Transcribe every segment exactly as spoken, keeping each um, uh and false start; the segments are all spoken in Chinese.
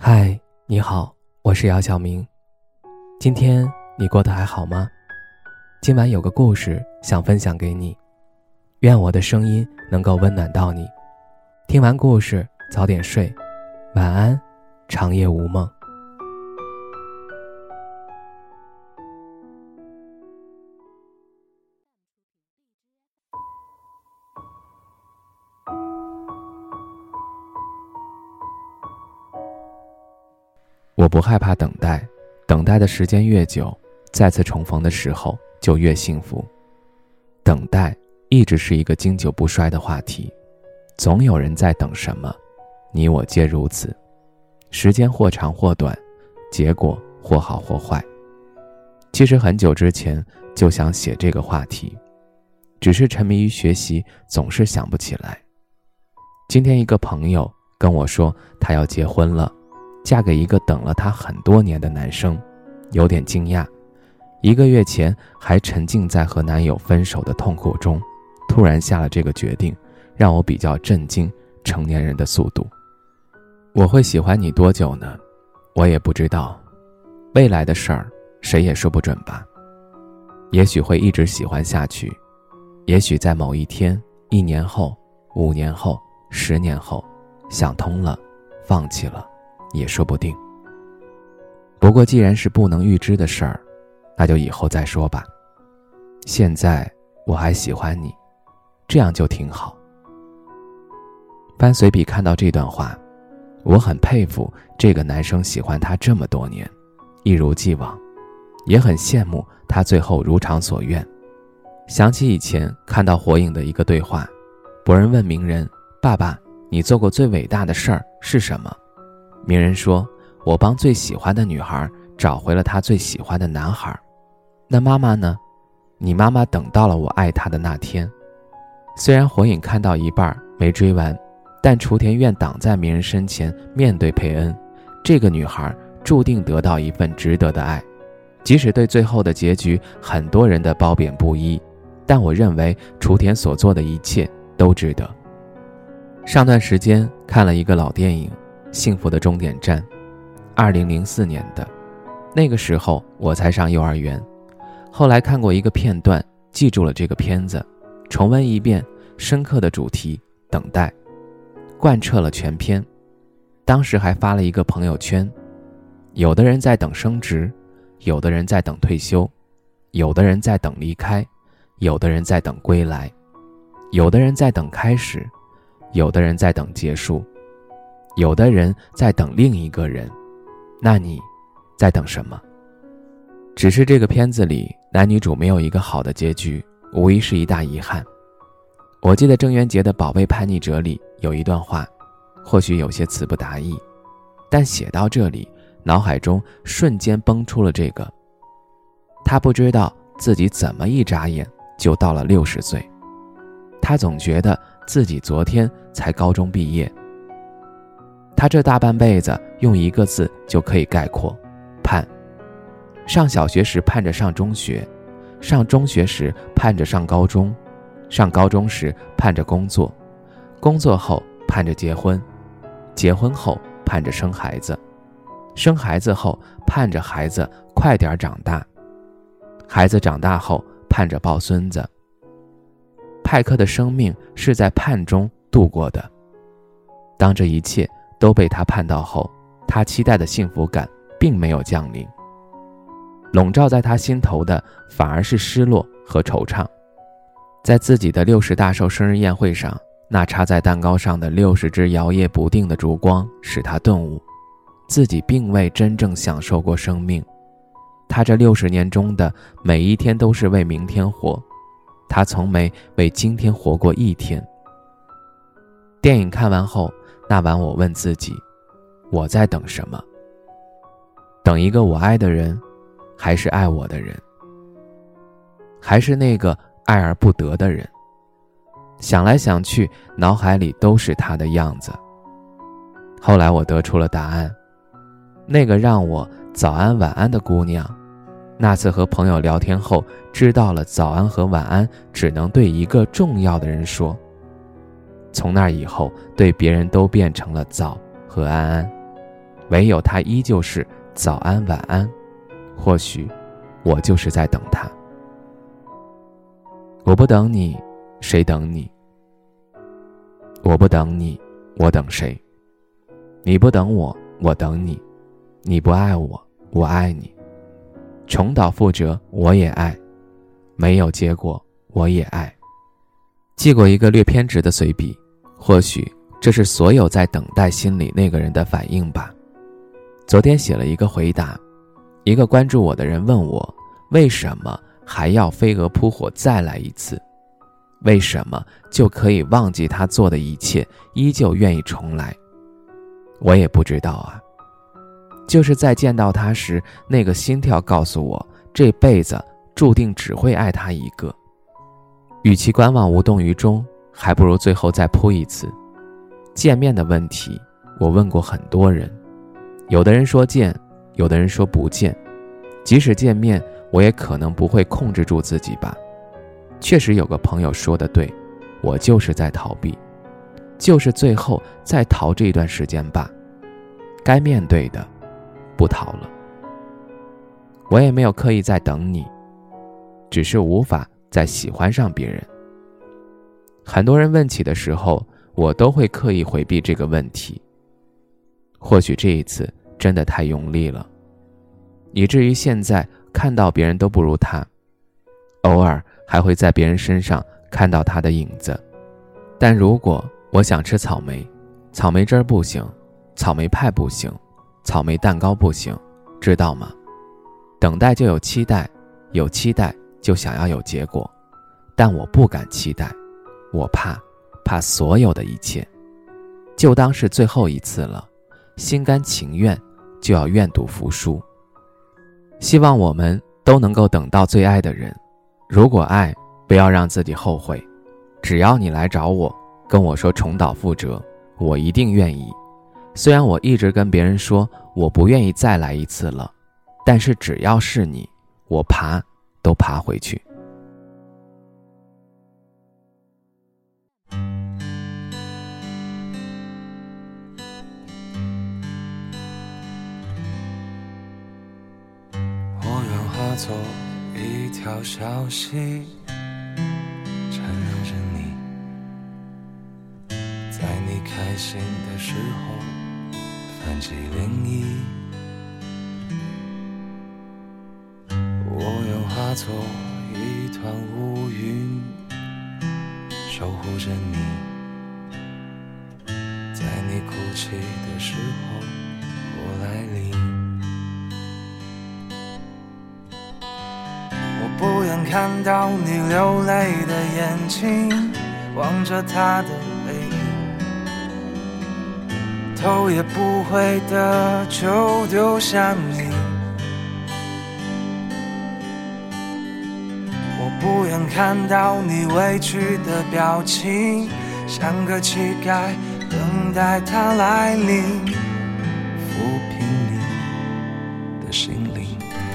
嗨，你好，我是姚晓明。今天你过得还好吗？今晚有个故事想分享给你，愿我的声音能够温暖到你。听完故事早点睡，晚安，长夜无梦。我不害怕等待，等待的时间越久，再次重逢的时候就越幸福。等待一直是一个经久不衰的话题，总有人在等什么，你我皆如此。时间或长或短，结果或好或坏。其实很久之前就想写这个话题，只是沉迷于学习，总是想不起来。今天一个朋友跟我说他要结婚了，嫁给一个等了她很多年的男生，有点惊讶。一个月前还沉浸在和男友分手的痛苦中，突然下了这个决定，让我比较震惊成年人的速度。我会喜欢你多久呢？我也不知道，未来的事儿谁也说不准吧。也许会一直喜欢下去，也许在某一天，一年后，五年后，十年后，想通了，放弃了，也说不定。不过既然是不能预知的事儿，那就以后再说吧。现在我还喜欢你，这样就挺好。翻随笔看到这段话，我很佩服这个男生喜欢她这么多年，一如既往，也很羡慕他最后如偿所愿。想起以前看到火影的一个对话，博人问鸣人，爸爸，你做过最伟大的事儿是什么？鸣人说，我帮最喜欢的女孩找回了她最喜欢的男孩。那妈妈呢？你妈妈等到了我爱她的那天。虽然火影看到一半没追完，但雏田愿挡在鸣人身前面对佩恩，这个女孩注定得到一份值得的爱。即使对最后的结局很多人的褒贬不一，但我认为雏田所做的一切都值得。上段时间看了一个老电影《幸福的终点站》，二零零四年的，那个时候我才上幼儿园。后来看过一个片段，记住了这个片子，重温一遍，深刻的主题等待贯彻了全篇。当时还发了一个朋友圈，有的人在等升职，有的人在等退休，有的人在等离开，有的人在等归来，有的人在等开始，有的人在等结束，有的人在等另一个人。那你在等什么？只是这个片子里男女主没有一个好的结局，无疑是一大遗憾。我记得郑渊洁的《宝贝叛逆者》里有一段话，或许有些词不达意，但写到这里，脑海中瞬间蹦出了这个。他不知道自己怎么一眨眼就到了六十岁，他总觉得自己昨天才高中毕业。他这大半辈子用一个字就可以概括，盼。上小学时盼着上中学，上中学时盼着上高中，上高中时盼着工作，工作后盼着结婚，结婚后盼着生孩子，生孩子后盼着孩子快点长大，孩子长大后盼着抱孙子。派克的生命是在盼中度过的。当这一切都被他盼到后，他期待的幸福感并没有降临，笼罩在他心头的反而是失落和惆怅。在自己的六十大寿生日宴会上，那插在蛋糕上的六十只摇曳不定的烛光使他顿悟，自己并未真正享受过生命。他这六十年中的每一天都是为明天活，他从没为今天活过一天。电影看完后，那晚我问自己，我在等什么？等一个我爱的人，还是爱我的人？还是那个爱而不得的人？想来想去，脑海里都是他的样子。后来我得出了答案，那个让我早安晚安的姑娘，那次和朋友聊天后知道了早安和晚安只能对一个重要的人说，从那以后对别人都变成了早和安安， 唯有他依旧是早安晚安，或许我就是在等他。我不等你，谁等你？我不等你，我等谁？你不等我，我等你。你不爱我，我爱你。重蹈覆辙，我也爱。没有结果，我也爱。记过一个略偏执的随笔，或许这是所有在等待心里那个人的反应吧。昨天写了一个回答，一个关注我的人问我，为什么还要飞蛾扑火再来一次？为什么就可以忘记他做的一切，依旧愿意重来？我也不知道啊。就是在见到他时，那个心跳告诉我，这辈子注定只会爱他一个。与其观望无动于衷，还不如最后再扑一次。见面的问题，我问过很多人，有的人说见，有的人说不见。即使见面，我也可能不会控制住自己吧。确实有个朋友说得对，我就是在逃避，就是最后再逃这一段时间吧。该面对的，不逃了。我也没有刻意在等你，只是无法再喜欢上别人。很多人问起的时候，我都会刻意回避这个问题。或许这一次真的太用力了，以至于现在看到别人都不如他，偶尔还会在别人身上看到他的影子。但如果我想吃草莓，草莓汁儿不行，草莓派不行，草莓蛋糕不行，知道吗？等待就有期待，有期待就想要有结果，但我不敢期待，我怕，怕所有的一切。就当是最后一次了，心甘情愿就要愿赌服输。希望我们都能够等到最爱的人，如果爱，不要让自己后悔。只要你来找我，跟我说重蹈覆辙，我一定愿意。虽然我一直跟别人说我不愿意再来一次了，但是只要是你，我爬都爬回去。 我愿化作一条小溪，缠绕着你，在你开心的时候泛起涟漪。我愿化作一团乌云，守护着你，在你哭泣的时候我来临。我不愿看到你流泪的眼睛，望着他的背影，头也不回的就丢下你。我不愿看到你委屈的表情，像个乞丐等待他来临，抚平你的心灵。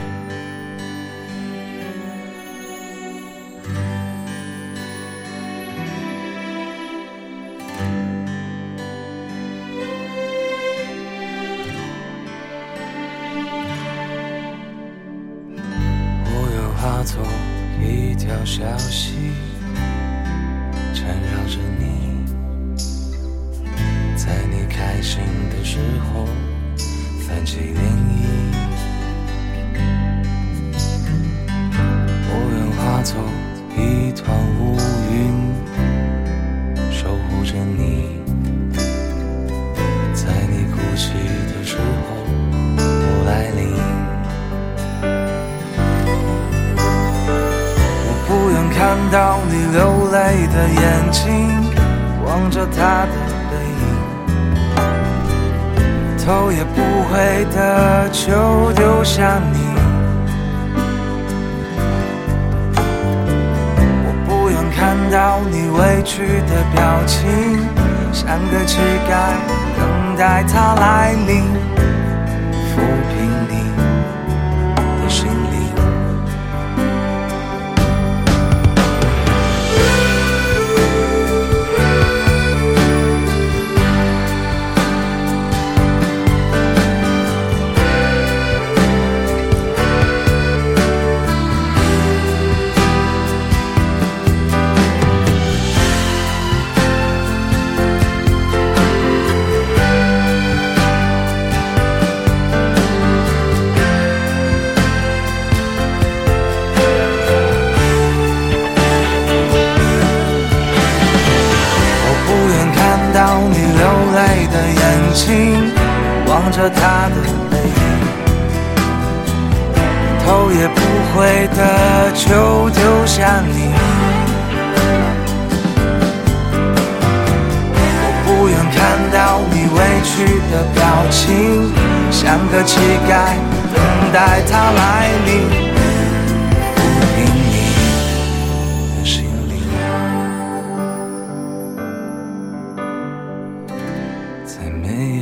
化作一条小溪，缠绕着你，在你开心的时候泛起涟漪。我愿化作一团乌云，守护着你，在你哭泣的时候我来临。看到你流泪的眼睛，望着他的背影，头也不回的就丢下你。我不愿看到你委屈的表情，像个乞丐等待他来临，抚平你的心灵。 情，望着他的背影，头也不回的就丢下你。我不愿看到你委屈的表情，像个乞丐等待他来临，抚平你的心灵。在每